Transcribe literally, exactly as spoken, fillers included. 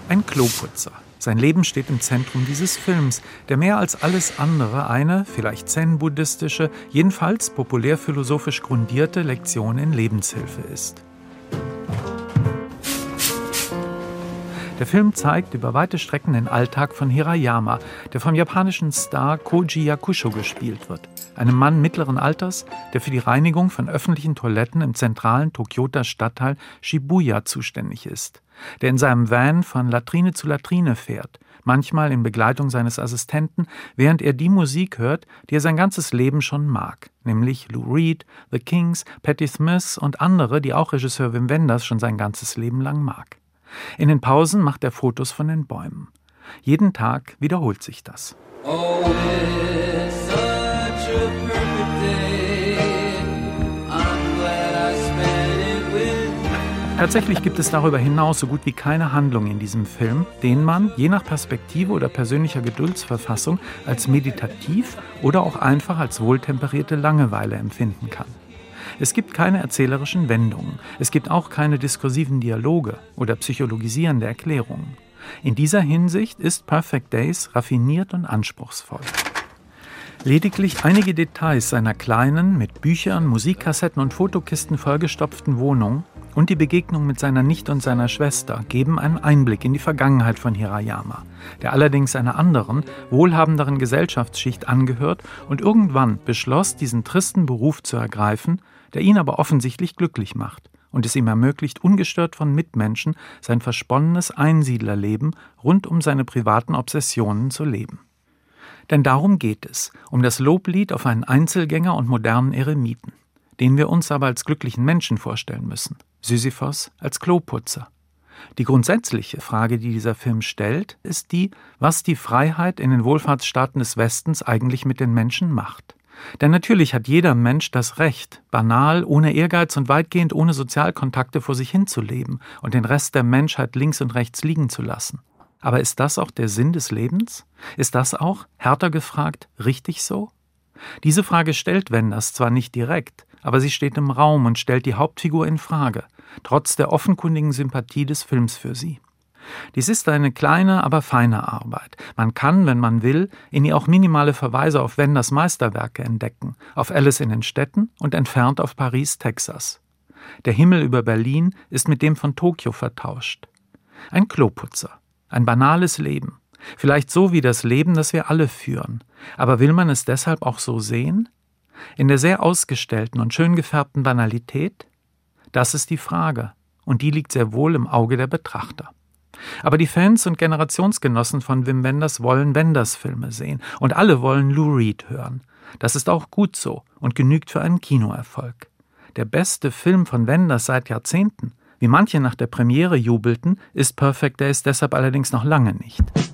Ein Kloputzer. Sein Leben steht im Zentrum dieses Films, der mehr als alles andere eine, vielleicht zen-buddhistische, jedenfalls populärphilosophisch grundierte Lektion in Lebenshilfe ist. Der Film zeigt über weite Strecken den Alltag von Hirayama, der vom japanischen Star Koji Yakusho gespielt wird. Einem Mann mittleren Alters, der für die Reinigung von öffentlichen Toiletten im zentralen Tokioter Stadtteil Shibuya zuständig ist. Der in seinem Van von Latrine zu Latrine fährt, manchmal in Begleitung seines Assistenten, während er die Musik hört, die er sein ganzes Leben schon mag, nämlich Lou Reed, The Kings, Patti Smith und andere, die auch Regisseur Wim Wenders schon sein ganzes Leben lang mag. In den Pausen macht er Fotos von den Bäumen. Jeden Tag wiederholt sich das. Oh, it's such a perfect day. I'm glad I spent it with you. Tatsächlich gibt es darüber hinaus so gut wie keine Handlung in diesem Film, den man, je nach Perspektive oder persönlicher Geduldsverfassung, als meditativ oder auch einfach als wohltemperierte Langeweile empfinden kann. Es gibt keine erzählerischen Wendungen, es gibt auch keine diskursiven Dialoge oder psychologisierende Erklärungen. In dieser Hinsicht ist Perfect Days raffiniert und anspruchsvoll. Lediglich einige Details seiner kleinen, mit Büchern, Musikkassetten und Fotokisten vollgestopften Wohnung und die Begegnung mit seiner Nichte und seiner Schwester geben einen Einblick in die Vergangenheit von Hirayama, der allerdings einer anderen, wohlhabenderen Gesellschaftsschicht angehört und irgendwann beschloss, diesen tristen Beruf zu ergreifen, der ihn aber offensichtlich glücklich macht und es ihm ermöglicht, ungestört von Mitmenschen sein versponnenes Einsiedlerleben rund um seine privaten Obsessionen zu leben. Denn darum geht es, um das Loblied auf einen Einzelgänger und modernen Eremiten, den wir uns aber als glücklichen Menschen vorstellen müssen, Sisyphos als Kloputzer. Die grundsätzliche Frage, die dieser Film stellt, ist die, was die Freiheit in den Wohlfahrtsstaaten des Westens eigentlich mit den Menschen macht. Denn natürlich hat jeder Mensch das Recht, banal, ohne Ehrgeiz und weitgehend ohne Sozialkontakte vor sich hinzuleben und den Rest der Menschheit links und rechts liegen zu lassen. Aber ist das auch der Sinn des Lebens? Ist das auch, härter gefragt, richtig so? Diese Frage stellt Wenders zwar nicht direkt, aber sie steht im Raum und stellt die Hauptfigur in Frage, trotz der offenkundigen Sympathie des Films für sie. Dies ist eine kleine, aber feine Arbeit. Man kann, wenn man will, in ihr auch minimale Verweise auf Wenders Meisterwerke entdecken, auf Alice in den Städten und entfernt auf Paris, Texas. Der Himmel über Berlin ist mit dem von Tokio vertauscht. Ein Kloputzer, ein banales Leben, vielleicht so wie das Leben, das wir alle führen. Aber will man es deshalb auch so sehen? In der sehr ausgestellten und schön gefärbten Banalität? Das ist die Frage, und die liegt sehr wohl im Auge der Betrachter. Aber die Fans und Generationsgenossen von Wim Wenders wollen Wenders-Filme sehen und alle wollen Lou Reed hören. Das ist auch gut so und genügt für einen Kinoerfolg. Der beste Film von Wenders seit Jahrzehnten, wie manche nach der Premiere jubelten, ist Perfect Days deshalb allerdings noch lange nicht.